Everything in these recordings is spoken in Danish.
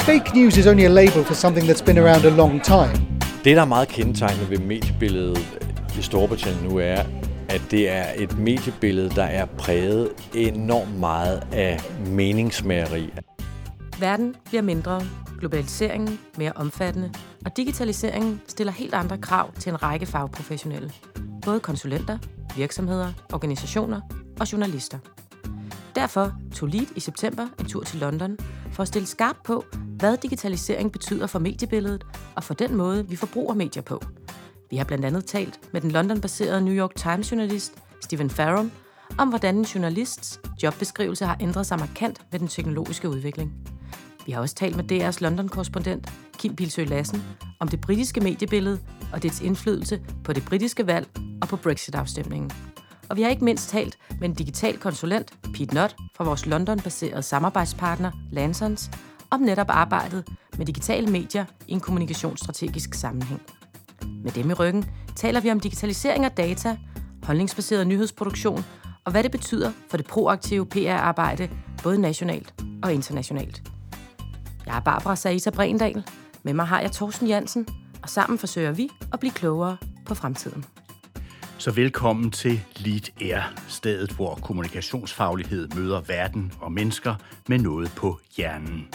fake news is only a label for something that's been around a long time. Det, der er meget kendetegnende ved mediebilledet i Storbritannien nu, er, at det er et mediebillede, der er præget enormt meget af meningsmageri. Verden bliver mindre, globaliseringen mere omfattende, og digitaliseringen stiller helt andre krav til en række fagprofessionelle. Både konsulenter, virksomheder, organisationer og journalister. Derfor tog Lead i september en tur til London for at stille skarpt på, hvad digitalisering betyder for mediebilledet og for den måde, vi forbruger medier på. Vi har blandt andet talt med den London-baserede New York Times-journalist Stephen Farrell om, hvordan en journalists jobbeskrivelse har ændret sig markant ved den teknologiske udvikling. Vi har også talt med DR's London-korrespondent Kim Bildsøe Lassen om det britiske mediebillede og dets indflydelse på det britiske valg og på Brexit-afstemningen. Og vi har ikke mindst talt med en digital konsulent, Pete Nutt, fra vores London-baserede samarbejdspartner Lansons, om netop arbejdet med digitale medier i en kommunikationsstrategisk sammenhæng. Med dem i ryggen taler vi om digitalisering af data, holdningsbaseret nyhedsproduktion og hvad det betyder for det proaktive PR-arbejde, både nationalt og internationalt. Jeg er Barbara Saïta Brendal. Med mig har jeg Torsten Jansen, og sammen forsøger vi at blive klogere på fremtiden. Så velkommen til Lead Air, stedet hvor kommunikationsfaglighed møder verden og mennesker med noget på hjernen.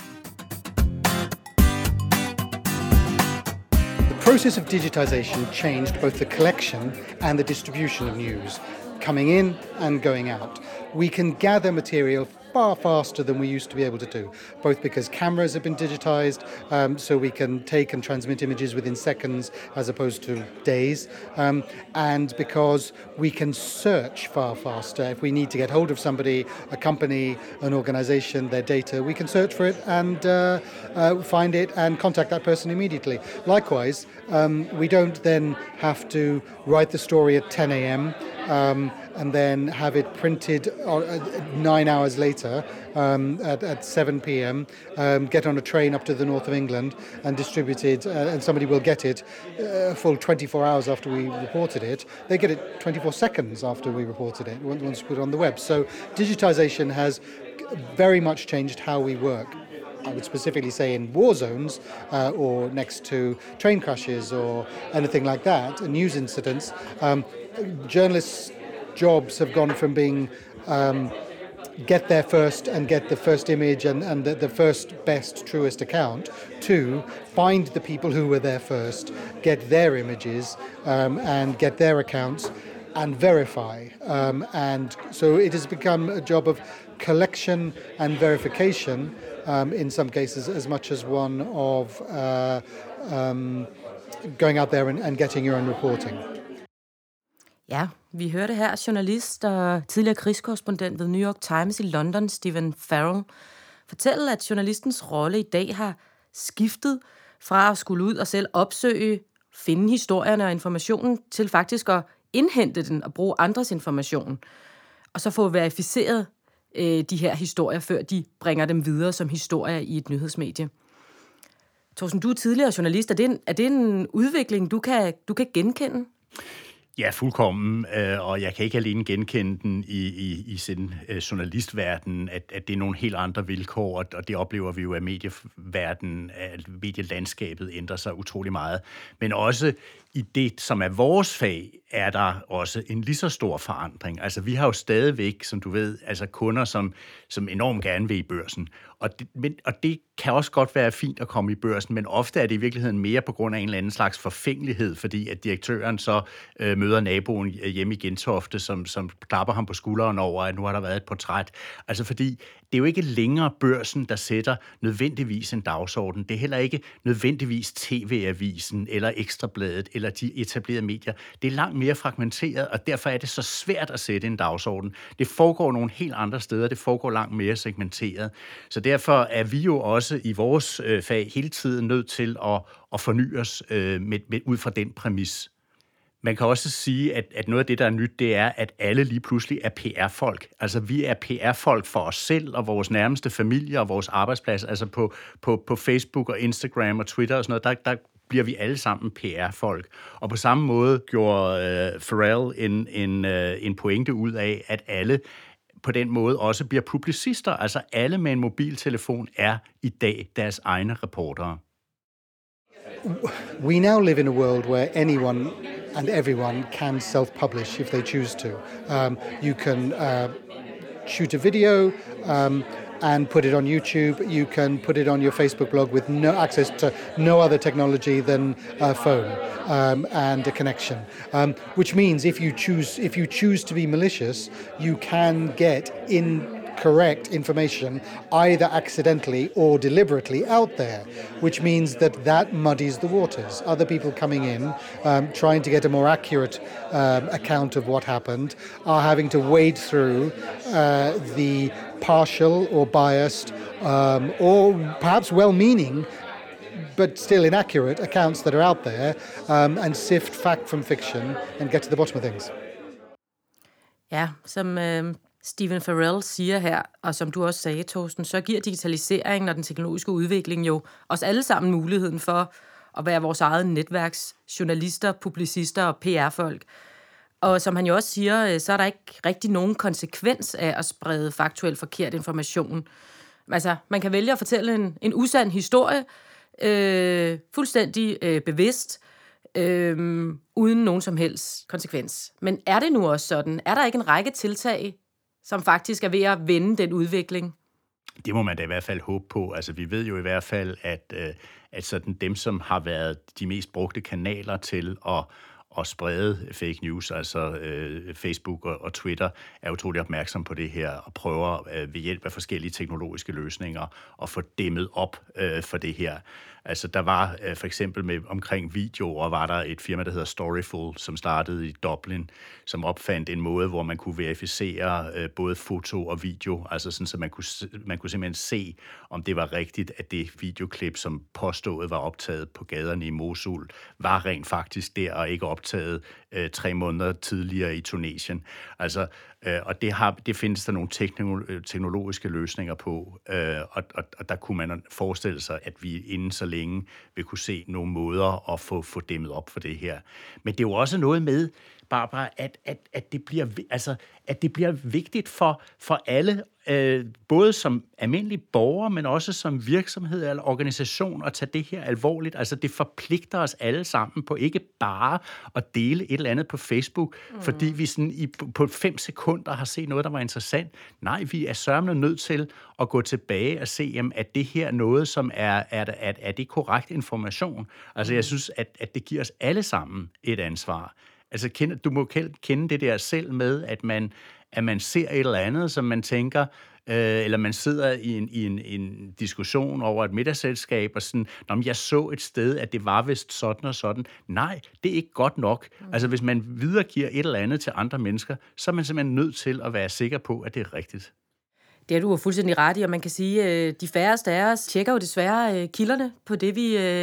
The process of digitization changed both the collection and the distribution of news, coming in and going out. We can gather material far faster than we used to be able to do, both because cameras have been digitized, so we can take and transmit images within seconds as opposed to days, and because we can search far faster. If we need to get hold of somebody, a company, an organization, their data, we can search for it and find it and contact that person immediately. Likewise, we don't then have to write the story at 10 a.m., and then have it printed 9 hours later at 7 p.m., get on a train up to the north of England and distribute it, and somebody will get it a full 24 hours after we reported it. They get it 24 seconds after we reported it, once put on the web. So digitization has very much changed how we work. I would specifically say in war zones or next to train crashes or anything like that, news incidents. Journalists' jobs have gone from being get there first and get the first image and the first best, truest account, to find the people who were there first, get their images and get their accounts and verify. And so it has become a job of collection and verification in some cases as much as one of going out there and getting your own reporting. Ja, vi hørte her journalist og tidligere krigskorrespondent ved New York Times i London, Stephen Farrell, fortælle, at journalistens rolle i dag har skiftet fra at skulle ud og selv opsøge, finde historierne og informationen, til faktisk at indhente den og bruge andres information, og så få verificeret de her historier, før de bringer dem videre som historier i et nyhedsmedie. Torsten, du er tidligere journalist. Er det en udvikling, du kan genkende? Ja, fuldkommen, og jeg kan ikke alene genkende den i sin journalistverdenen, at det er nogle helt andre vilkår, og det oplever vi jo, at medieverdenen, at medielandskabet ændrer sig utrolig meget. Men også i det, som er vores fag, er der også en lige så stor forandring. Altså, vi har jo stadigvæk, som du ved, altså kunder, som enormt gerne vil i børsen. Og det kan også godt være fint at komme i børsen, men ofte er det i virkeligheden mere på grund af en eller anden slags forfængelighed, fordi at direktøren så møder naboen hjemme i Gentofte, som klapper ham på skulderen over, at nu har der været et portræt. Altså, fordi det er jo ikke længere børsen, der sætter nødvendigvis en dagsorden. Det er heller ikke nødvendigvis TV-avisen eller Ekstrabladet eller de etablerede medier. Det er langt mere fragmenteret, og derfor er det så svært at sætte en dagsorden. Det foregår nogle helt andre steder, det foregår langt mere segmenteret. Så derfor er vi jo også i vores fag hele tiden nødt til at forny os ud fra den præmis. Man kan også sige, at noget af det, der er nyt, det er, at alle lige pludselig er PR-folk. Altså, vi er PR-folk for os selv og vores nærmeste familie og vores arbejdsplads. Altså på Facebook og Instagram og Twitter og sådan noget, der bliver vi alle sammen PR-folk. Og på samme måde gjorde Farrell en pointe ud af, at alle på den måde også bliver publicister. Altså alle med en mobiltelefon er i dag deres egne reportere. We now live in a world where anyone and everyone can self-publish if they choose to. You can shoot a video and put it on YouTube. You can put it on your Facebook blog with no access to no other technology than a phone and a connection. Which means if you choose to be malicious, you can get incorrect information either accidentally or deliberately out there, which means that muddies the waters. Other people coming in, trying to get a more accurate account of what happened, are having to wade through the partial or biased or perhaps well-meaning but still inaccurate accounts that are out there, and sift fact from fiction and get to the bottom of things. Ja, som Stephen Farrell siger her, og som du også sagde, Torsten, så giver digitaliseringen og den teknologiske udvikling jo os alle sammen muligheden for at være vores eget netværks journalister, publicister og PR-folk. Og som han jo også siger, så er der ikke rigtig nogen konsekvens af at sprede faktuelt forkert information. Altså, man kan vælge at fortælle en usand historie, fuldstændig bevidst, uden nogen som helst konsekvens. Men er det nu også sådan? Er der ikke en række tiltag, som faktisk er ved at vende den udvikling? Det må man da i hvert fald håbe på. Altså, vi ved jo i hvert fald, at sådan dem, som har været de mest brugte kanaler til at sprede fake news, altså Facebook og Twitter, er utrolig opmærksom på det her og prøver ved hjælp af forskellige teknologiske løsninger at få dæmmet op for det her. Altså, der var for eksempel omkring videoer, var der et firma, der hedder Storyful, som startede i Dublin, som opfandt en måde, hvor man kunne verificere både foto og video, altså sådan, så man kunne simpelthen se, om det var rigtigt, at det videoklip, som påstået var optaget på gaderne i Mosul, var rent faktisk der og ikke optaget 3 måneder tidligere i Tunesien. Altså, og det findes der nogle teknologiske løsninger på, og der kunne man forestille sig, at vi inden så længe vil kunne se nogle måder at få dæmmet op for det her. Men det er jo også noget med, Barbara, at det bliver vigtigt for alle, både som almindelige borgere, men også som virksomhed eller organisation, at tage det her alvorligt. Altså, det forpligter os alle sammen på ikke bare at dele et eller andet på Facebook, fordi vi sådan på 5 sekunder har set noget, der var interessant. Nej, vi er sørgende nødt til at gå tilbage og se, jamen, at det her noget, som er det korrekt information? Altså, jeg synes, at det giver os alle sammen et ansvar. Altså, du må kende det der selv med, at man ser et eller andet, som man tænker, eller man sidder i en diskussion over et middagsselskab, og sådan, jeg så et sted, at det var vist sådan og sådan. Nej, det er ikke godt nok. Altså, hvis man videregiver et eller andet til andre mennesker, så er man simpelthen nødt til at være sikker på, at det er rigtigt. Det er du fuldstændig ret i, og man kan sige, at de færreste af os tjekker jo desværre kilderne på det,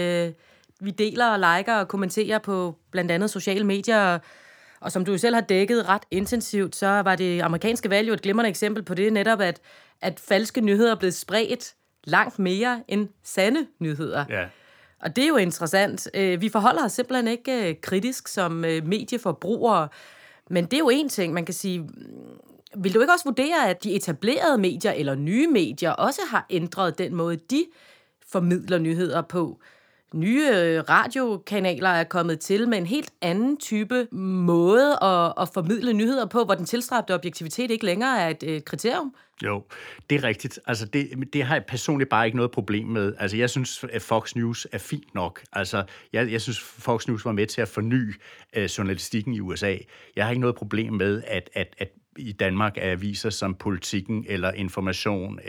vi deler og liker og kommenterer på blandt andet sociale medier. Og som du jo selv har dækket ret intensivt, så var det amerikanske valg jo et glimrende eksempel på det, netop at falske nyheder er blevet spredt langt mere end sande nyheder. Ja. Og det er jo interessant. Vi forholder os simpelthen ikke kritisk som medieforbrugere, men det er jo en ting, man kan sige. Vil du ikke også vurdere, at de etablerede medier eller nye medier også har ændret den måde, de formidler nyheder på? Nye radiokanaler er kommet til med en helt anden type måde at formidle nyheder på, hvor den tilstræbte objektivitet ikke længere er et kriterium. Jo, det er rigtigt. Altså, det har jeg personligt bare ikke noget problem med. Altså, jeg synes, at Fox News er fint nok. Altså, jeg synes, Fox News var med til at forny journalistikken i USA. Jeg har ikke noget problem med, at i Danmark er aviser som Politikken eller Information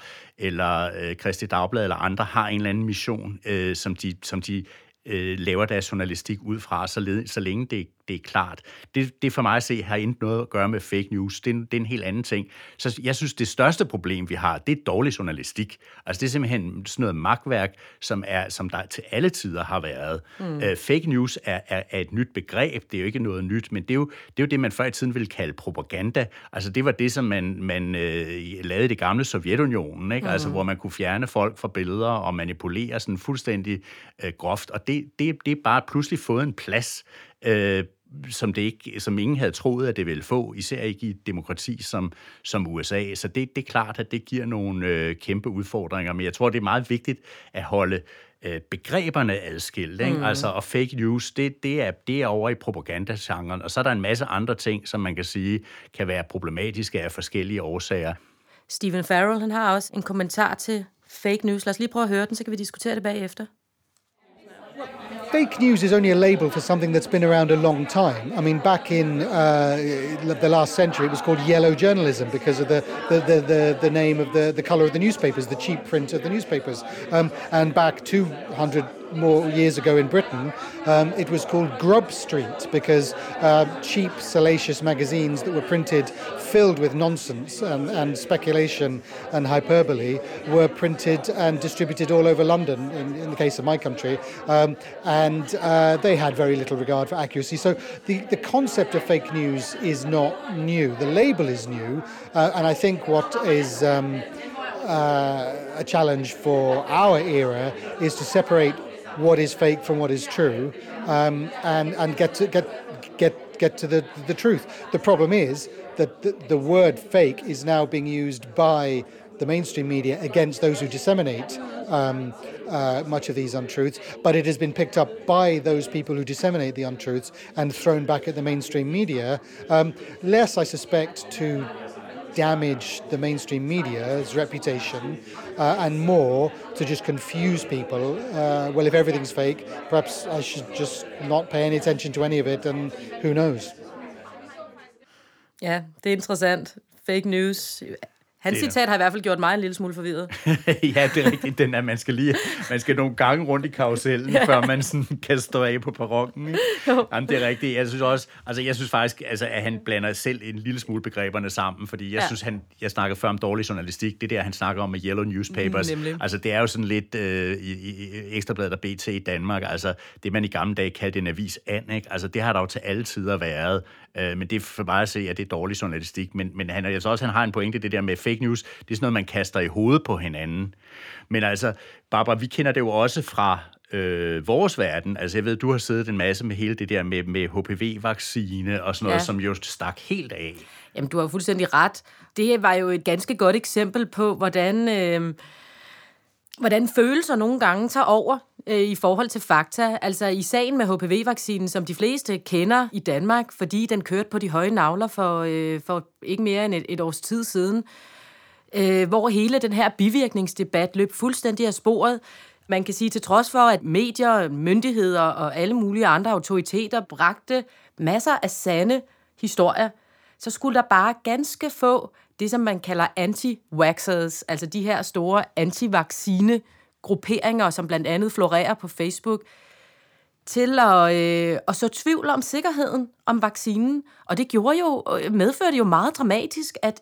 eller Kristeligt Dagblad eller andre har en eller anden mission, som de laver deres journalistik ud fra, så længe det er klart. Det for mig at se har ikke noget at gøre med fake news. Det er en helt anden ting. Så jeg synes, det største problem, vi har, det er dårlig journalistik. Altså, det er simpelthen sådan noget magtværk, som der til alle tider har været. Fake news er et nyt begreb. Det er jo ikke noget nyt, men det er jo det, man før i tiden ville kalde propaganda. Altså, det var det, som man lavede i det gamle Sovjetunionen, ikke? Altså, hvor man kunne fjerne folk fra billeder og manipulere sådan fuldstændig groft. Og det er bare pludselig fået en plads som ingen havde troet, at det ville få, især ikke i et demokrati som USA. Så det er klart, at det giver nogle kæmpe udfordringer, men jeg tror, det er meget vigtigt at holde begreberne adskilt, ikke? Altså, og fake news, det er over i propagandagenren, og så er der en masse andre ting, som man kan sige, kan være problematiske af forskellige årsager. Stephen Farrell, han har også en kommentar til fake news. Lad os lige prøve at høre den, så kan vi diskutere det bagefter. Fake news is only a label for something that's been around a long time. I mean, back in the last century, it was called yellow journalism because of the name of the color of the newspapers, the cheap print of the newspapers. And back 200 more years ago in Britain, it was called Grub Street because cheap, salacious magazines that were printed filled with nonsense and speculation and hyperbole were printed and distributed all over London, in the case of my country, and they had very little regard for accuracy. So the concept of fake news is not new. The label is new, and I think what is a challenge for our era is to separate what is fake from what is true, and get to the truth. The problem is that the word fake is now being used by the mainstream media against those who disseminate much of these untruths, but it has been picked up by those people who disseminate the untruths and thrown back at the mainstream media, less, I suspect, to damage the mainstream media's reputation, and more to just confuse people. Well, if everything's fake, perhaps I should just not pay any attention to any of it, and who knows? Ja, det er interessant. Fake news. Hans citat har i hvert fald gjort mig en lille smule forvirret. Ja, det er rigtigt. Den er, man skal nogle gange rundt i karusellen, før man sådan kan stå af på perronen. Jamen, det er rigtigt. Jeg synes faktisk, at han blander selv en lille smule begreberne sammen, fordi jeg snakkede før om dårlig journalistik. Det der, han snakker om med yellow newspapers. Altså, det er jo sådan lidt i Ekstrabladet og BT i Danmark. Altså, det man i gamle dage kaldte en avis and, ikke? Altså, det har der jo til alle tider været. Men det er for mig at se, at det er dårlig journalistik. Men han har en pointe, det der med fake news. Det er sådan noget, man kaster i hovedet på hinanden. Men altså, Barbara, vi kender det jo også fra vores verden. Altså, jeg ved, du har siddet en masse med hele det der med HPV-vaccine og sådan noget, som jo stak helt af. Jamen, du har fuldstændig ret. Det var jo et ganske godt eksempel på, hvordan følelser nogle gange tager over i forhold til fakta. Altså i sagen med HPV-vaccinen, som de fleste kender i Danmark, fordi den kørte på de høje nagler for ikke mere end et års tid siden, hvor hele den her bivirkningsdebat løb fuldstændig af sporet. Man kan sige, til trods for, at medier, myndigheder og alle mulige andre autoriteter bragte masser af sande historier, så skulle der bare ganske få det, som man kalder anti-vaxxers, altså de her store anti-vaccine-grupperinger, som blandt andet florerer på Facebook, til at så tvivl om sikkerheden om vaccinen. Og det medførte jo meget dramatisk, at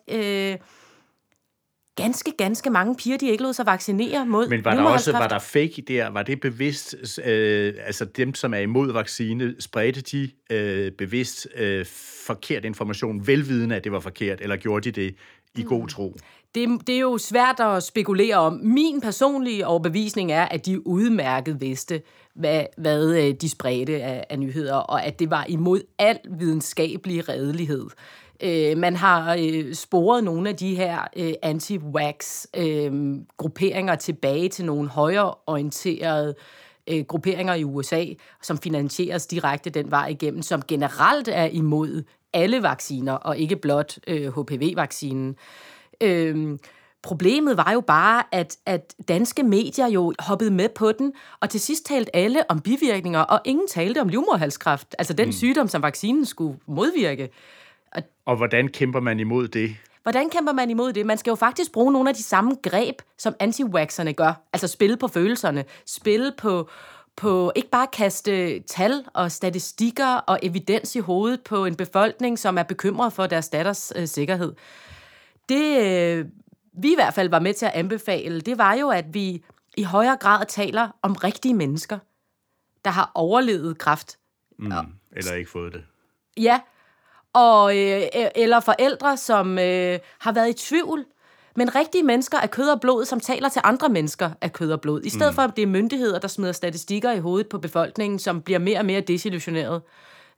ganske mange piger, de ikke lod sig vaccinere mod livmoderhalskræft. Men var der fake der? Var det bevidst, altså dem, som er imod vaccine, spredte de bevidst forkert information, velvidende, at det var forkert, eller gjorde de det i god tro? Det er jo svært at spekulere om. Min personlige overbevisning er, at de udmærket vidste, hvad de spredte af nyheder, og at det var imod al videnskabelig redelighed. Man har sporet nogle af de her anti-vax-grupperinger tilbage til nogle højreorienterede grupperinger i USA, som finansieres direkte den vej igennem, som generelt er imod alle vacciner, og ikke blot HPV-vaccinen. Problemet var jo bare, at danske medier jo hoppede med på den, og til sidst talte alle om bivirkninger, og ingen talte om livmoderhalskræft, altså den sygdom, som vaccinen skulle modvirke. Og hvordan kæmper man imod det? Hvordan kæmper man imod det? Man skal jo faktisk bruge nogle af de samme greb, som anti-vaxxerne gør. Altså spille på følelserne, spille på ikke bare kaste tal og statistikker og evidens i hovedet på en befolkning, som er bekymret for deres datters sikkerhed. Det vi i hvert fald var med til at anbefale, det var jo, at vi i højere grad taler om rigtige mennesker, der har overlevet kræft. Eller ikke fået det. Ja, eller forældre, som har været i tvivl. Men rigtige mennesker er kød og blod, som taler til andre mennesker af kød og blod. I stedet for, at det er myndigheder, der smider statistikker i hovedet på befolkningen, som bliver mere og mere desillusioneret.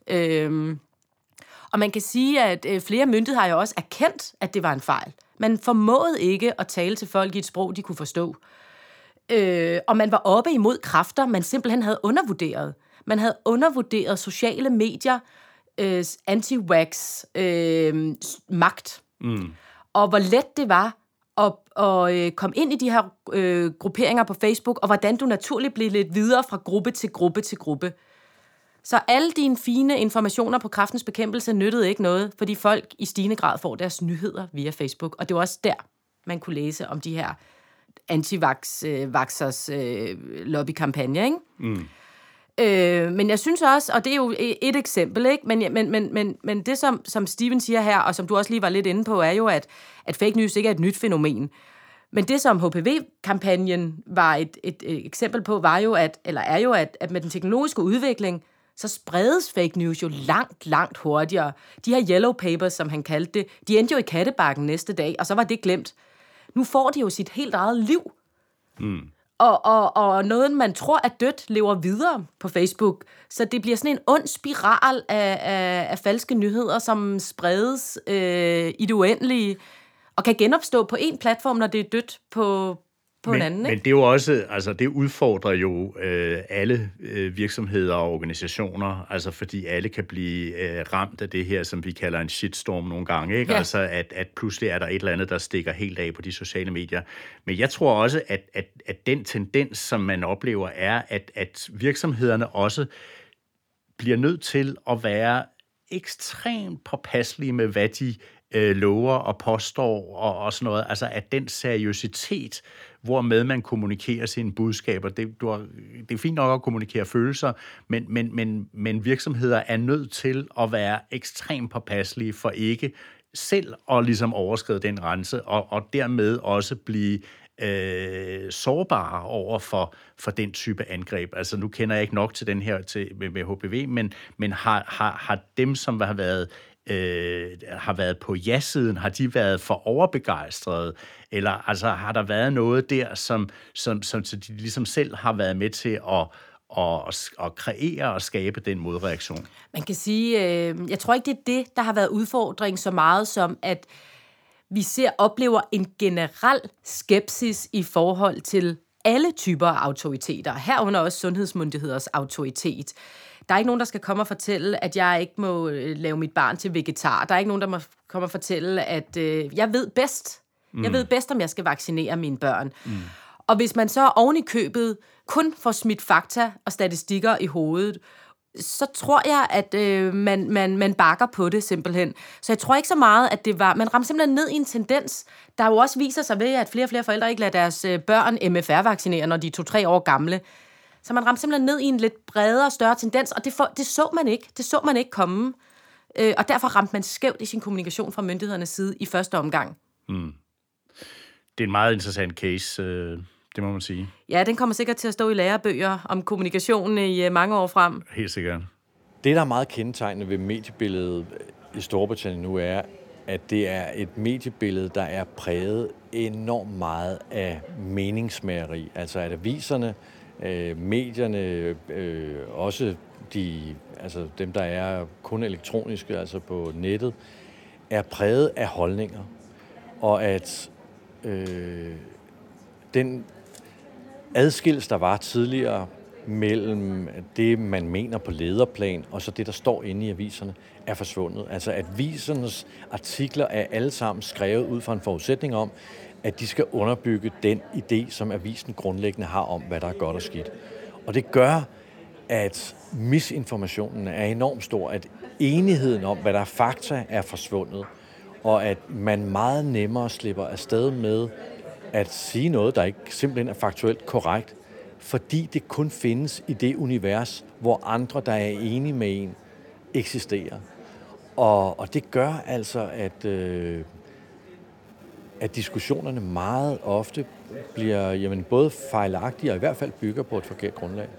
Og man kan sige, at flere myndigheder har jo også erkendt, at det var en fejl. Man formåede ikke at tale til folk i et sprog, de kunne forstå. Og man var oppe imod kræfter, man simpelthen havde undervurderet. Man havde undervurderet sociale medier, anti-vax, magt. Og hvor let det var at komme ind i de her grupperinger på Facebook, og hvordan du naturligt blev lidt videre fra gruppe til gruppe til gruppe. Så alle dine fine informationer på kræftens bekæmpelse nyttede ikke noget, fordi folk i stigende grad får deres nyheder via Facebook. Og det var også der, man kunne læse om de her anti-vaxxers lobbykampagne, ikke? Men jeg synes også, og det er jo et eksempel, ikke? Men det, som Steven siger her, og som du også lige var lidt inde på, er jo, at fake news ikke er et nyt fænomen. Men det, som HPV-kampagnen var et eksempel på, er jo, at med den teknologiske udvikling, så spredes fake news jo langt hurtigere. De her yellow papers, som han kaldte det, de endte jo i kattebakken næste dag, og så var det glemt. Nu får de jo sit helt eget liv. Og noget, man tror er dødt, lever videre på Facebook. Så det bliver sådan en ond spiral af falske nyheder, som spredes i det uendelige, og kan genopstå på en platform, når det er dødt på en anden. Ikke? Men det er jo også, altså det udfordrer jo alle virksomheder og organisationer, altså fordi alle kan blive ramt af det her, som vi kalder en shitstorm nogle gange, ikke? Ja. Altså at pludselig er der et eller andet, der stikker helt af på de sociale medier. Men jeg tror også, at den tendens, som man oplever, er, at virksomhederne også bliver nødt til at være ekstremt påpasselige med, hvad de lover og påstår og sådan noget. Altså at den seriøsitet, hvormed man kommunikerer sine budskaber, det er fint nok at kommunikere følelser, men virksomheder er nødt til at være ekstremt påpasselige for ikke selv at ligesom overskride den grænse, og dermed også blive sårbare over for den type angreb. Altså nu kender jeg ikke nok til den her med HPV, men har dem, som har været på ja-siden, har de været for overbegejstrede? Eller altså, har der været noget der, som de ligesom selv har været med til at kreere og skabe den modreaktion? Man kan sige, jeg tror ikke, det er det, der har været udfordring så meget som, at vi oplever en generel skepsis i forhold til alle typer af autoriteter, herunder også sundhedsmyndigheders autoritet. Der er ikke nogen, der skal komme og fortælle, at jeg ikke må lave mit barn til vegetar. Der er ikke nogen, der må komme og fortælle, at jeg ved bedst. Jeg ved bedst, om jeg skal vaccinere mine børn. Og hvis man så oven i købet kun får smidt fakta og statistikker i hovedet, så tror jeg, at man bakker på det simpelthen. Så jeg tror ikke så meget, at det var... Man ramte simpelthen ned i en tendens, der jo også viser sig ved, at flere og flere forældre ikke lader deres børn MFR-vaccinere, når de er 2-3 år gamle. Så man ramte simpelthen ned i en lidt bredere, større tendens, og det så man ikke. Det så man ikke komme. Og derfor ramte man skævt i sin kommunikation fra myndighedernes side i første omgang. Det er en meget interessant case, det må man sige. Ja, den kommer sikkert til at stå i lærebøger om kommunikationen i mange år frem. Helt sikkert. Det, der er meget kendetegnende ved mediebilledet i Storbritannien nu, er, at det er et mediebillede, der er præget enormt meget af meningsmageri. Altså at aviserne, medierne, også dem, der er kun elektroniske, altså på nettet, er præget af holdninger. Og at den adskillelse, der var tidligere mellem det, man mener på lederplan, og så det, der står inde i aviserne, er forsvundet. Altså at avisernes artikler er alle sammen skrevet ud fra en forudsætning om, at de skal underbygge den idé, som avisen grundlæggende har om, hvad der er godt og skidt. Og det gør, at misinformationen er enormt stor, at enigheden om, hvad der er fakta, er forsvundet, og at man meget nemmere slipper afsted med at sige noget, der ikke simpelthen er faktuelt korrekt, fordi det kun findes i det univers, hvor andre, der er enige med en, eksisterer. Og det gør altså, at diskussionerne meget ofte bliver både fejlagtige og i hvert fald bygger på et forkert grundlag.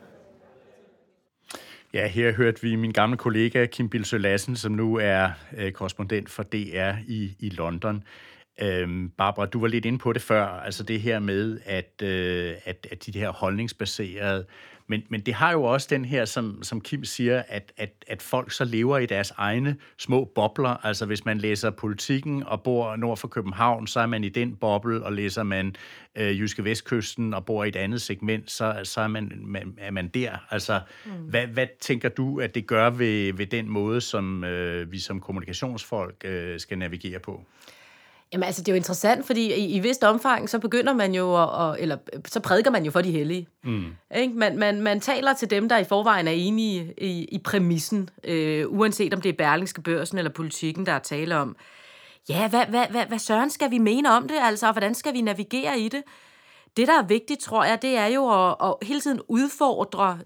Ja, her hørte vi min gamle kollega Kim Bildsøe Lassen, som nu er korrespondent for DR i London. Barbara, du var lidt inde på det før, altså det her med, at de her holdningsbaserede, men det har jo også den her, som Kim siger, at folk så lever i deres egne små bobler. Altså hvis man læser Politikken og bor nord for København, så er man i den boble, og læser man Jyske Vestkysten og bor i et andet segment, så er man der. Altså, hvad tænker du, at det gør ved den måde, som vi som kommunikationsfolk skal navigere på? Jamen altså, det er jo interessant, fordi i vist omfang, så begynder man jo, eller så prædiker man jo for de hellige. Ikke? Man taler til dem, der i forvejen er enige i præmissen, uanset om det er Berlingske Børsen eller Politikken, der er tale om. Ja, hvad søren skal vi mene om det, altså, og hvordan skal vi navigere i det? Det, der er vigtigt, tror jeg, det er jo at hele tiden udfordre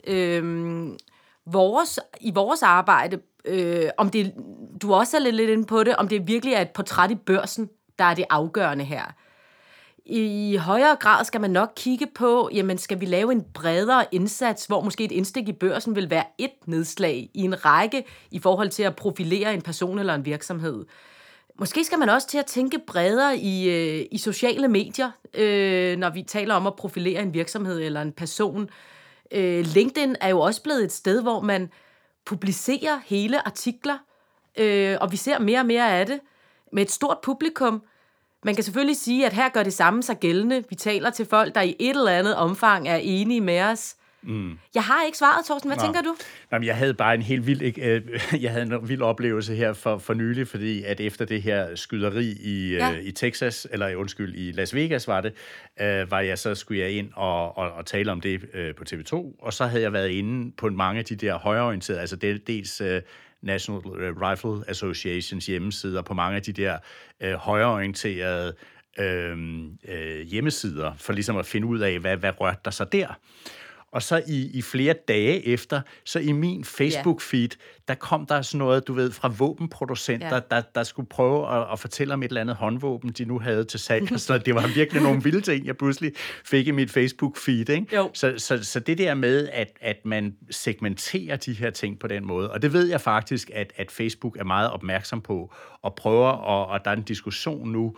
i vores arbejde, om det, du også er lidt inde på det, om det virkelig er et portræt i Børsen, der er det afgørende her. I højere grad skal man nok kigge på, jamen skal vi lave en bredere indsats, hvor måske et indstik i Børsen vil være et nedslag i en række i forhold til at profilere en person eller en virksomhed. Måske skal man også til at tænke bredere i sociale medier, når vi taler om at profilere en virksomhed eller en person. LinkedIn er jo også blevet et sted, hvor man publicerer hele artikler, og vi ser mere og mere af det med et stort publikum. Man kan selvfølgelig sige, at her gør det samme sig gældende. Vi taler til folk, der i et eller andet omfang er enige med os. Jeg har ikke svaret, Torsten. Hvad tænker du? Jamen, jeg havde bare en helt vild oplevelse her for nylig, fordi at efter det her skyderi i Texas, i Las Vegas var det, skulle jeg ind og tale om det på TV2, og så havde jeg været inde på mange af de der højreorienterede, altså dels National Rifle Associations hjemmesider, på mange af de der højreorienterede hjemmesider, for ligesom at finde ud af, hvad rørte der sig der. Og så i flere dage efter, så i min Facebook-feed, der kom der sådan noget, du ved, fra våbenproducenter, der skulle prøve at fortælle om et eller andet håndvåben, de nu havde til salg. Så det var virkelig nogle vilde ting, jeg pludselig fik i mit Facebook-feed. Ikke? Så det der med, at man segmenterer de her ting på den måde, og det ved jeg faktisk, at Facebook er meget opmærksom på, og prøver, og der er en diskussion nu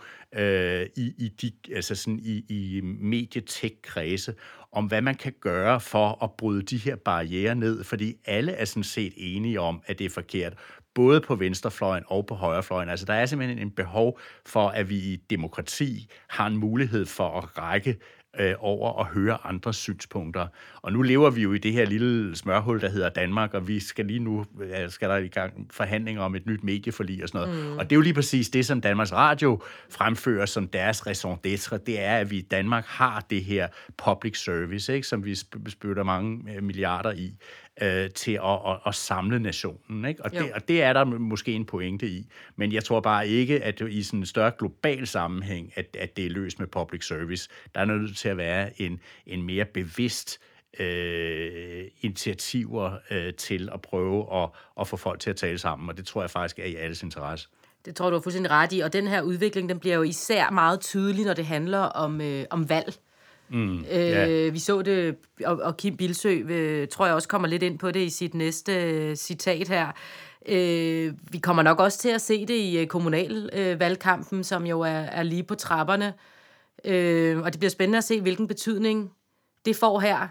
i medietech-kredse, om hvad man kan gøre for at bryde de her barrierer ned, fordi alle er sådan set enige om, at det er forkert, både på venstrefløjen og på højrefløjen. Altså, der er simpelthen en behov for, at vi i demokrati har en mulighed for at række over og høre andres synspunkter. Og nu lever vi jo i det her lille smørhul, der hedder Danmark, og vi skal lige nu, skal der i gang forhandlinger om et nyt medieforlig og sådan noget. Og det er jo lige præcis det, som Danmarks Radio fremfører som deres raison d'être, det er, at vi i Danmark har det her public service, ikke, som vi spytter mange milliarder i, til at samle nationen. Ikke? Og det er der måske en pointe i. Men jeg tror bare ikke, at i sådan en større global sammenhæng, at det er løst med public service. Der er nødt til at være en mere bevidst initiativer til at prøve at få folk til at tale sammen. Og det tror jeg faktisk er i alles interesse. Det tror du er fuldstændig ret i. Og den her udvikling, den bliver jo især meget tydelig, når det handler om valg. Vi så det, og Kim Bildsøe tror jeg også kommer lidt ind på det i sit næste citat her. Vi kommer nok også til at se det i kommunalvalgkampen, som jo er lige på trapperne. Og det bliver spændende at se, hvilken betydning det får her.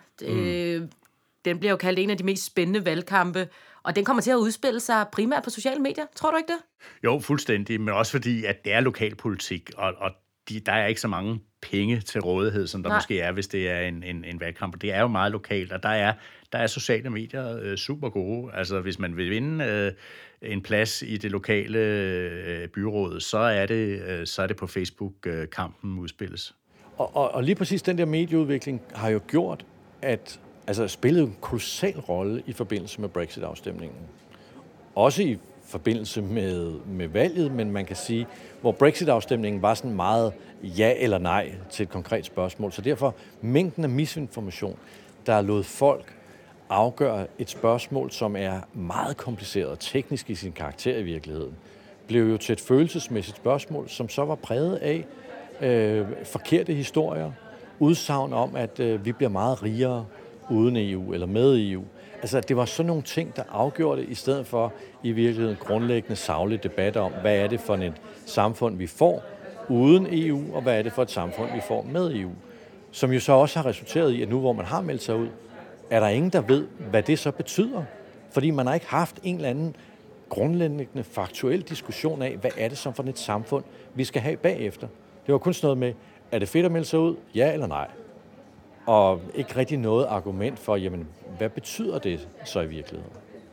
Den bliver jo kaldt en af de mest spændende valgkampe, og den kommer til at udspille sig primært på sociale medier. Tror du ikke det? Jo, fuldstændig, men også fordi, at det er lokalpolitik, og der er ikke så mange penge til rådighed, som der måske er, hvis det er en valgkamp. Det er jo meget lokalt, og der er sociale medier super gode. Altså, hvis man vil vinde en plads i det lokale byråd, så er det på Facebook, kampen udspilles. Og lige præcis den der medieudvikling har jo gjort, at spillet en kolossal rolle i forbindelse med Brexit-afstemningen. Også i forbindelse med valget, men man kan sige, hvor Brexit-afstemningen var sådan meget ja eller nej til et konkret spørgsmål. Så derfor mængden af misinformation, der lod folk afgøre et spørgsmål, som er meget kompliceret og teknisk i sin karakter i virkeligheden, blev jo til et følelsesmæssigt spørgsmål, som så var præget af forkerte historier, udsagn om, at vi bliver meget rigere uden EU eller med EU. Altså, det var sådan nogle ting, der afgjorde det, i stedet for i virkeligheden grundlæggende saglig debat om, hvad er det for et samfund, vi får, uden EU, og hvad er det for et samfund, vi får med EU. Som jo så også har resulteret i, at nu hvor man har meldt sig ud, er der ingen, der ved, hvad det så betyder. Fordi man har ikke haft en eller anden grundlæggende faktuel diskussion af, hvad er det som for et samfund, vi skal have bagefter. Det var kun sådan noget med, er det fedt at melde sig ud? Ja eller nej? Og ikke rigtig noget argument for, jamen, hvad betyder det så i virkeligheden?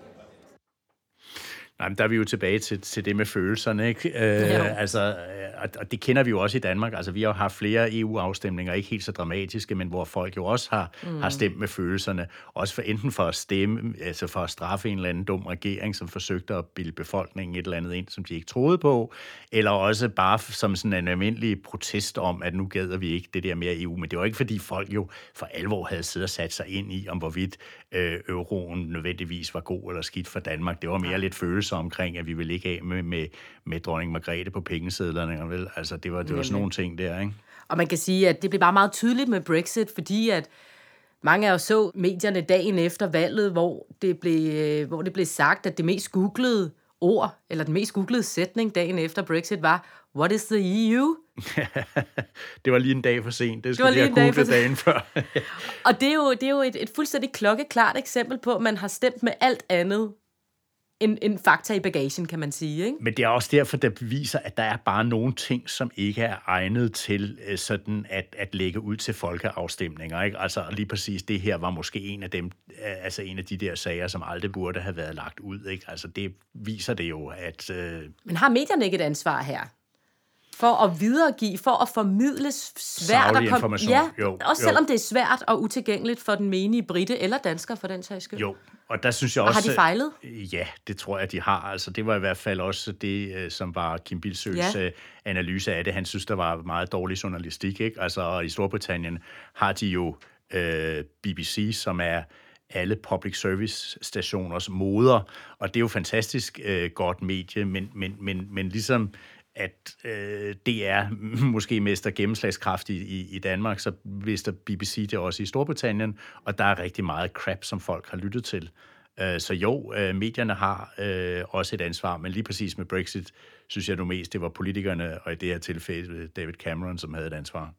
Nej, men der er vi jo tilbage til det med følelserne, ikke? Og det kender vi jo også i Danmark. Altså, vi har jo haft flere EU-afstemninger, ikke helt så dramatiske, men hvor folk jo også har stemt med følelserne. Også enten for at stemme, altså for at straffe en eller anden dum regering, som forsøgte at bilde befolkningen et eller andet ind, som de ikke troede på, eller også bare som sådan en almindelig protest om, at nu gæder vi ikke det der mere EU. Men det var ikke, fordi folk jo for alvor havde siddet og sat sig ind i, om hvorvidt euroen nødvendigvis var god eller skidt for Danmark. Det var mere lidt følelser omkring, at vi ville ikke af med dronning Margrethe på pengesedlerne. Vel? Altså, det var sådan nogle ting der, ikke? Og man kan sige, at det blev bare meget tydeligt med Brexit, fordi at mange af os så medierne dagen efter valget, hvor det blev sagt, at det mest googlede ord, eller den mest googlede sætning dagen efter Brexit var, what is the EU? Det var lige en dag for sent. Det skulle jeg google dagen før. Og det er jo et fuldstændig klokkeklart eksempel på, at man har stemt med alt andet en fakta i bagagen, kan man sige. Ikke? Men det er også derfor, der beviser, at der er bare nogle ting, som ikke er egnet til sådan at lægge ud til folkeafstemninger. Ikke? Altså lige præcis det her var måske en af dem, altså en af de der sager, som aldrig burde have været lagt ud. Ikke? Altså det viser det jo, at... Men har medierne ikke et ansvar her? For at videregive, for at formidle svært at information. Ja, også selvom det er svært og utilgængeligt for den menige brite eller dansker for den sags skyld. Jo, og der synes jeg også... Og har de fejlet? Ja, det tror jeg, de har. Altså, det var i hvert fald også det, som var Kim Bildsøes analyse af det. Han synes, der var meget dårlig journalistik, ikke? Altså, i Storbritannien har de jo BBC, som er alle public service stationers moder, og det er jo fantastisk godt medie, men ligesom at det er måske mester gennemslagskraft i Danmark, så mister BBC det også i Storbritannien, og der er rigtig meget crap, som folk har lyttet til. Så jo, medierne har også et ansvar, men lige præcis med Brexit, synes jeg nu mest, det var politikerne, og i det her tilfælde David Cameron, som havde et ansvar.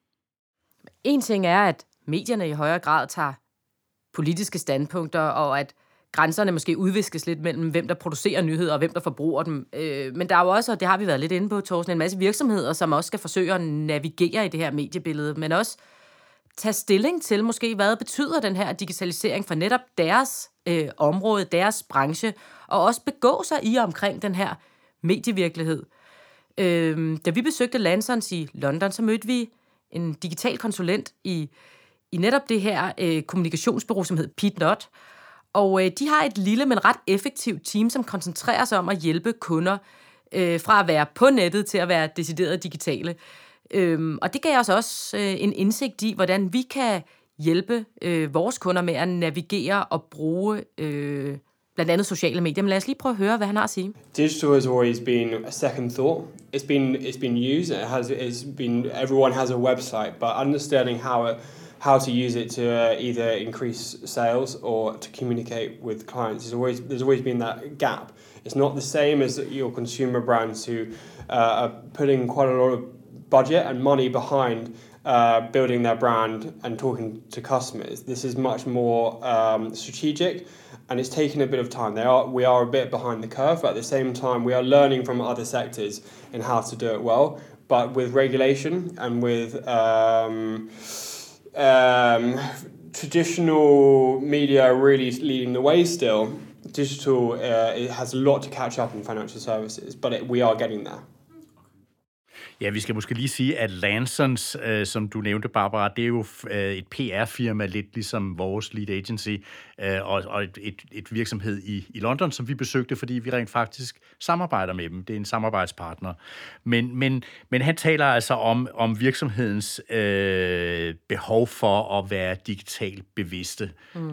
En ting er, at medierne i højere grad tager politiske standpunkter, og at grænserne måske udviskes lidt mellem, hvem der producerer nyheder, og hvem der forbruger dem. Men der er jo også, og det har vi været lidt inde på, Thorsten, en masse virksomheder, som også skal forsøge at navigere i det her mediebillede, men også tage stilling til måske, hvad betyder den her digitalisering for netop deres område, deres branche, og også begå sig i omkring den her medievirkelighed. Da vi besøgte Lansons i London, så mødte vi en digital konsulent i netop det her kommunikationsbureau, som hedder Pete Knott. Og de har et lille, men ret effektivt team, som koncentrerer sig om at hjælpe kunder fra at være på nettet til at være decideret digitale. Og det gav os også en indsigt i, hvordan vi kan hjælpe vores kunder med at navigere og bruge blandt andet sociale medier. Men lad os lige prøve at høre, hvad han har at sige. Digital has always been a second thought. It's been used. Everyone has a website, but understanding how to use it to either increase sales or to communicate with clients there's always been that gap. It's not the same as your consumer brands who are putting quite a lot of budget and money behind building their brand and talking to customers. This is much more strategic, and it's taken a bit of time. We are a bit behind the curve, but at the same time we are learning from other sectors in how to do it well. But with regulation and with traditional media really leading the way still, digital it has a lot to catch up in financial services, but we are getting there. Ja, vi skal måske lige sige, at Lansons, som du nævnte, Barbara, det er jo et PR-firma, lidt ligesom vores lead agency, og et virksomhed i London, som vi besøgte, fordi vi rent faktisk samarbejder med dem. Det er en samarbejdspartner. Men han taler altså om virksomhedens behov for at være digitalt bevidste.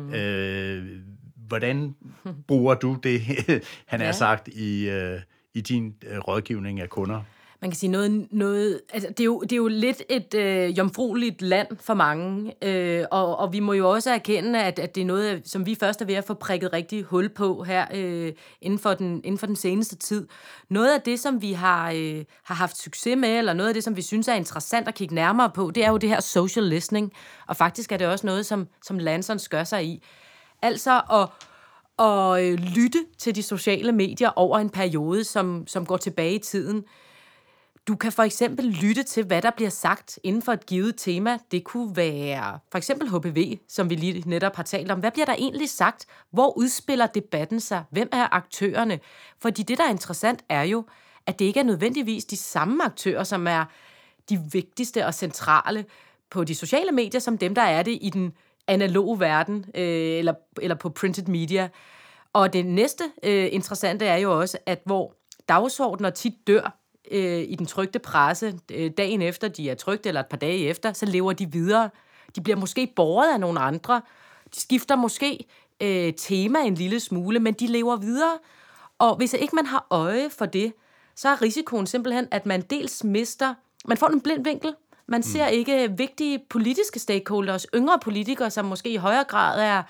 Hvordan bruger du det, han har sagt, i din rådgivning af kunder? Man kan sige noget altså det er jo lidt et jomfrueligt land for mange, og vi må jo også erkende, at det er noget, som vi først er ved at få prikket rigtig hul på her inden for den seneste tid. Noget af det, som vi har haft succes med, eller noget af det, som vi synes er interessant at kigge nærmere på, det er jo det her social listening, og faktisk er det også noget, som Lansons gør sig i. Altså at lytte til de sociale medier over en periode, som går tilbage i tiden. Du kan for eksempel lytte til, hvad der bliver sagt inden for et givet tema. Det kunne være for eksempel HPV, som vi lige netop har talt om. Hvad bliver der egentlig sagt? Hvor udspiller debatten sig? Hvem er aktørerne? Fordi det, der er interessant, er jo, at det ikke er nødvendigvis de samme aktører, som er de vigtigste og centrale på de sociale medier, som dem, der er det i den analoge verden, eller på printed media. Og det næste interessante er jo også, at hvor dagsordner tit dør i den trykte presse, dagen efter de er trykt, eller et par dage efter, så lever de videre. De bliver måske båret af nogle andre. De skifter måske tema en lille smule, men de lever videre. Og hvis ikke man har øje for det, så er risikoen simpelthen, at man dels mister, man får en blind vinkel. Man ser ikke vigtige politiske stakeholders, yngre politikere, som måske i højere grad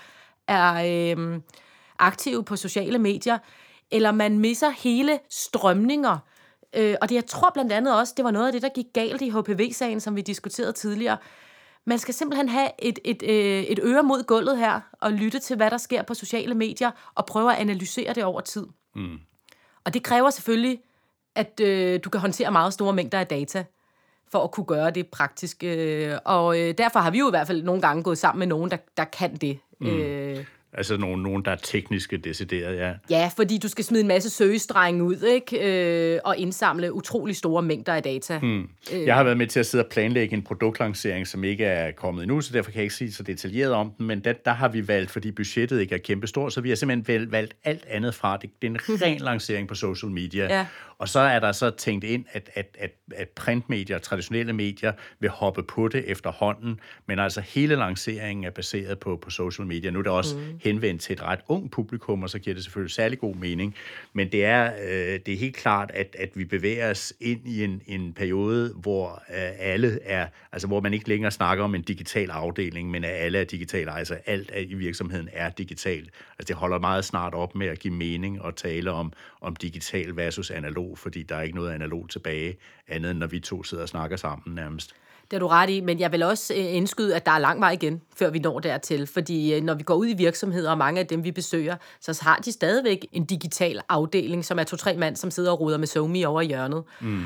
er aktive på sociale medier, eller man misser hele strømninger. Og det, jeg tror blandt andet også, det var noget af det, der gik galt i HPV-sagen, som vi diskuterede tidligere. Man skal simpelthen have et øre mod gulvet her, og lytte til, hvad der sker på sociale medier, og prøve at analysere det over tid. Og det kræver selvfølgelig, at du kan håndtere meget store mængder af data, for at kunne gøre det praktisk. Og derfor har vi jo i hvert fald nogle gange gået sammen med nogen, der kan det. Altså nogen, der er tekniske decideret, ja. Ja, fordi du skal smide en masse søgestrenge ud, ikke? Og indsamle utrolig store mængder af data. Jeg har været med til at sidde og planlægge en produktlancering, som ikke er kommet endnu, så derfor kan jeg ikke sige så detaljeret om den, men der har vi valgt, fordi budgettet ikke er kæmpestort, så vi har simpelthen valgt alt andet fra. Det er en ren lancering på social media. Ja. Og så er der så tænkt ind, at printmedier, traditionelle medier, vil hoppe på det efterhånden, men altså hele lanceringen er baseret på social media. Nu er det også henvendt til et ret ung publikum, og så giver det selvfølgelig særlig god mening. Men det er helt klart, at vi bevæger os ind i en periode, hvor alle er, altså hvor man ikke længere snakker om en digital afdeling, men at alle er digitale. Altså alt i virksomheden er digital. Altså det holder meget snart op med at give mening og tale om digital versus analog, fordi der er ikke noget analog tilbage, andet end når vi to sidder og snakker sammen nærmest. Det er du ret i, men jeg vil også indskyde, at der er lang vej igen, før vi når dertil. Fordi når vi går ud i virksomheder, og mange af dem, vi besøger, så har de stadigvæk en digital afdeling, som er 2-3 mand, som sidder og ruder med SoMe over hjørnet.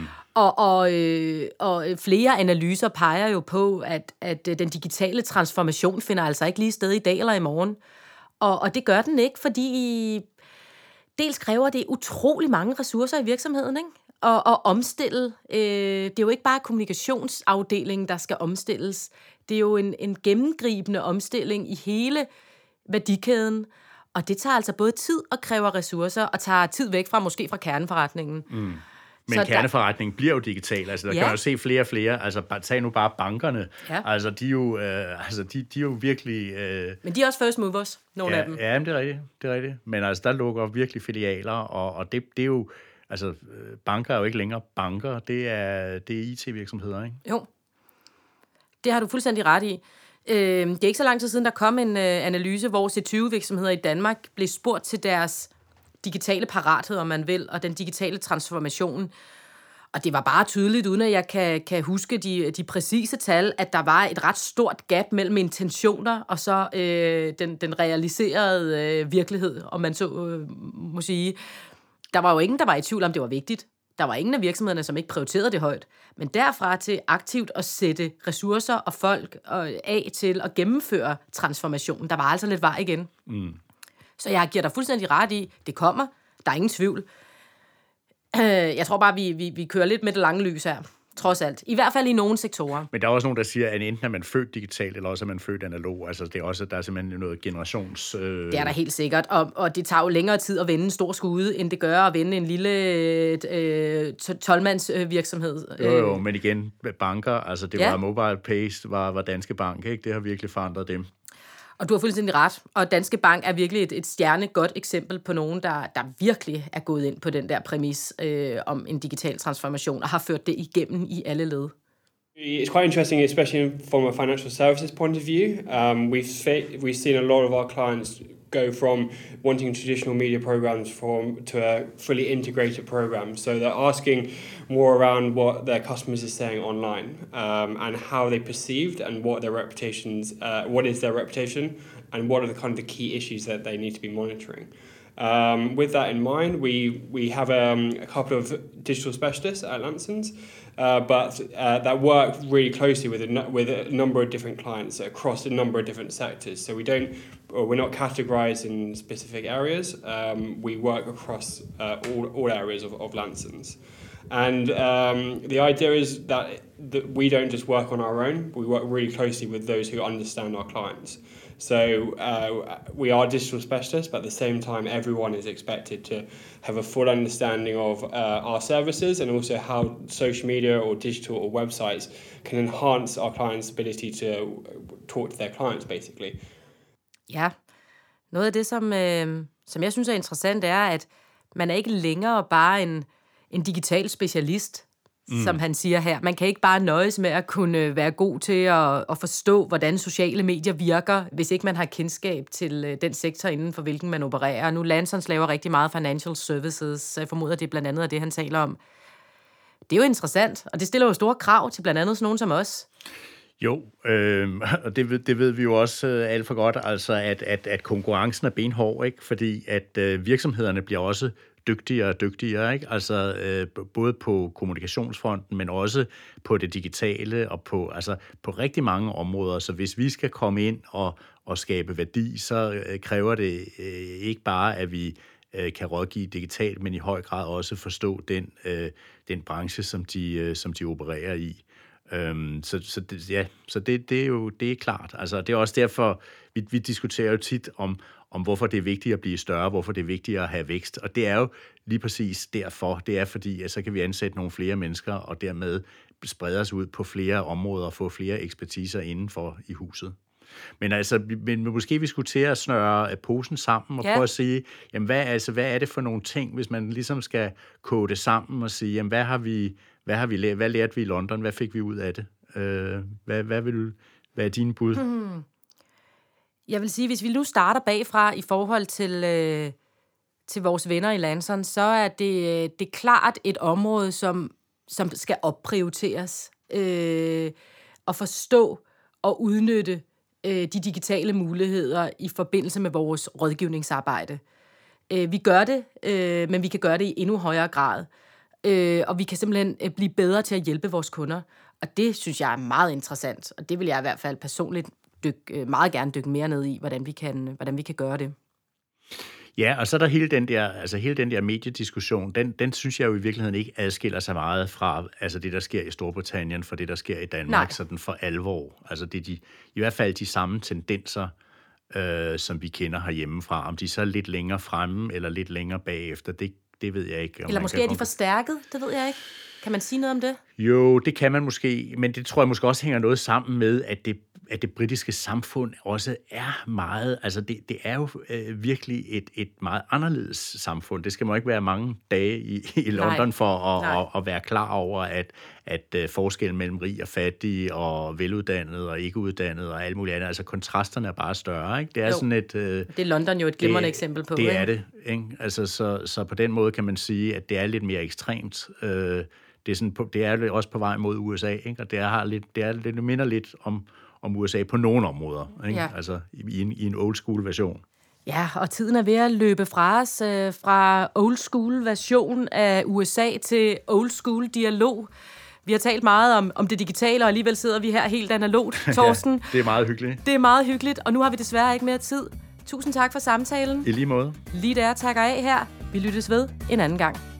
Og flere analyser peger jo på, at den digitale transformation finder altså ikke lige sted i dag eller i morgen. Og det gør den ikke, fordi dels kræver det utrolig mange ressourcer i virksomheden, ikke? Og omstille. Det er jo ikke bare kommunikationsafdelingen, der skal omstilles. Det er jo en gennemgribende omstilling i hele værdikæden. Og det tager altså både tid og kræver ressourcer, og tager tid væk fra måske fra kerneforretningen. Men så kerneforretningen bliver jo digital. Altså, der kan man jo se flere og flere. Altså, tag nu bare bankerne. Ja. Altså, de er jo virkelig... Men de er også first movers, nogle af dem. Ja, men det er rigtigt. Men altså, der lukker virkelig filialer, og det er jo... Altså, banker er jo ikke længere banker. Det er IT-virksomheder, ikke? Jo. Det har du fuldstændig ret i. Det er ikke så lang tid siden, der kom en analyse, hvor C20-virksomheder i Danmark blev spurgt til deres digitale parathed, om man vil, og den digitale transformation. Og det var bare tydeligt, uden at jeg kan huske de præcise tal, at der var et ret stort gap mellem intentioner og så den realiserede virkelighed, om man så må sige. Der var jo ingen, der var i tvivl om, det var vigtigt. Der var ingen af virksomhederne, som ikke prioriterede det højt. Men derfra til aktivt at sætte ressourcer og folk af til at gennemføre transformationen, der var altså lidt vej igen. Så jeg giver dig fuldstændig ret i, det kommer. Der er ingen tvivl. Jeg tror bare, vi kører lidt med det lange lys her. Trods alt. I hvert fald i nogle sektorer. Men der er også nogen, der siger, at enten er man født digitalt, eller også er man født analog. Altså, det er også, der er simpelthen noget generations... Det er der helt sikkert. Og det tager jo længere tid at vende en stor skude, end det gør at vende en lille 12-mands virksomhed. Jo, men igen, banker, altså det var MobilePay, var Danske Bank, ikke? Det har virkelig forandret dem. Og du har fuldstændig ret. Og Danske Bank er virkelig et stjernegodt eksempel på nogen, der virkelig er gået ind på den der præmis om en digital transformation og har ført det igennem i alle led. It's quite interesting, especially from a financial services point of view. We've seen a lot of our clients go from wanting traditional media programs to a fully integrated program. So they're asking more around what their customers are saying online and how they perceived and what their reputations, what is their reputation and what are the kind of the key issues that they need to be monitoring. With that in mind, we have a couple of digital specialists at Lansons, but that work really closely with a number of different clients across a number of different sectors. So we're not categorized in specific areas. We work across all areas of Lansons. And the idea is that we don't just work on our own. We work really closely with those who understand our clients. So we are digital specialists, but at the same time, everyone is expected to have a full understanding of our services and also how social media or digital or websites can enhance our clients' ability to talk to their clients, basically. Ja, noget af det, som jeg synes er interessant, er, at man er ikke længere bare en digital specialist, som han siger her. Man kan ikke bare nøjes med at kunne være god til at forstå, hvordan sociale medier virker, hvis ikke man har kendskab til den sektor, inden for hvilken man opererer. Nu Lansons laver rigtig meget financial services, så jeg formoder, det er blandt andet af det, han taler om. Det er jo interessant, og det stiller jo store krav til blandt andet sådan nogen som os. Jo, og det ved vi jo også alt for godt, altså at konkurrencen er benhård, ikke? Fordi at virksomhederne bliver også dygtigere og dygtigere, ikke? Altså både på kommunikationsfronten, men også på det digitale og på rigtig mange områder. Så hvis vi skal komme ind og skabe værdi, så kræver det ikke bare, at vi kan rådgive digitalt, men i høj grad også forstå den branche, som de opererer i. Så det er jo klart. Altså, det er også derfor, vi diskuterer jo tit om hvorfor det er vigtigt at blive større, hvorfor det er vigtigt at have vækst. Og det er jo lige præcis derfor. Det er fordi, at så kan vi ansætte nogle flere mennesker, og dermed sprede os ud på flere områder og få flere ekspertiser indenfor i huset. Men måske vi skulle til at snøre posen sammen og prøve at sige, jamen hvad er det for nogle ting, hvis man ligesom skal kode det sammen og sige, jamen hvad lærte vi i London, hvad fik vi ud af det? Hvad er dine bud? Jeg vil sige, hvis vi nu starter bagfra i forhold til vores venner i Lansons, så er det klart et område, som skal opprioriteres og forstå og udnytte de digitale muligheder i forbindelse med vores rådgivningsarbejde. Vi gør det, men vi kan gøre det i endnu højere grad. Og vi kan simpelthen blive bedre til at hjælpe vores kunder. Og det synes jeg er meget interessant, og det vil jeg i hvert fald personligt meget gerne dykke mere ned i, hvordan vi kan gøre det. Ja, og så er der hele den der mediediskussion, den synes jeg jo i virkeligheden ikke adskiller sig meget fra det, der sker i Storbritannien, fra det, der sker i Danmark, sådan for alvor. Altså det er i hvert fald de samme tendenser, som vi kender herhjemmefra. Om de så er lidt længere fremme eller lidt længere bagefter, det ved jeg ikke. Eller måske er de forstærket, det ved jeg ikke. Kan man sige noget om det? Jo, det kan man måske, men det tror jeg måske også hænger noget sammen med, at det britiske samfund også er meget, altså det er jo virkelig et meget anderledes samfund. Det skal man ikke være mange dage i London for at være klar over, at forskellen mellem rig og fattig og veluddannet og ikke uddannet og alt muligt andet, altså kontrasterne er bare større, ikke? Det er sådan et... det er London jo et glimrende eksempel på. Det er det, ikke? Altså så på den måde kan man sige, at det er lidt mere ekstremt. Det er også på vej mod USA, ikke? Og det minder lidt om USA på nogle områder, ikke? Ja. Altså i en old school version. Ja, og tiden er ved at løbe fra os fra old school version af USA til old school dialog. Vi har talt meget om det digitale, og alligevel sidder vi her helt analogt, Torsten. Ja, det er meget hyggeligt. Det er meget hyggeligt, og nu har vi desværre ikke mere tid. Tusind tak for samtalen. I lige måde. Lige der takker af her. Vi lyttes ved en anden gang.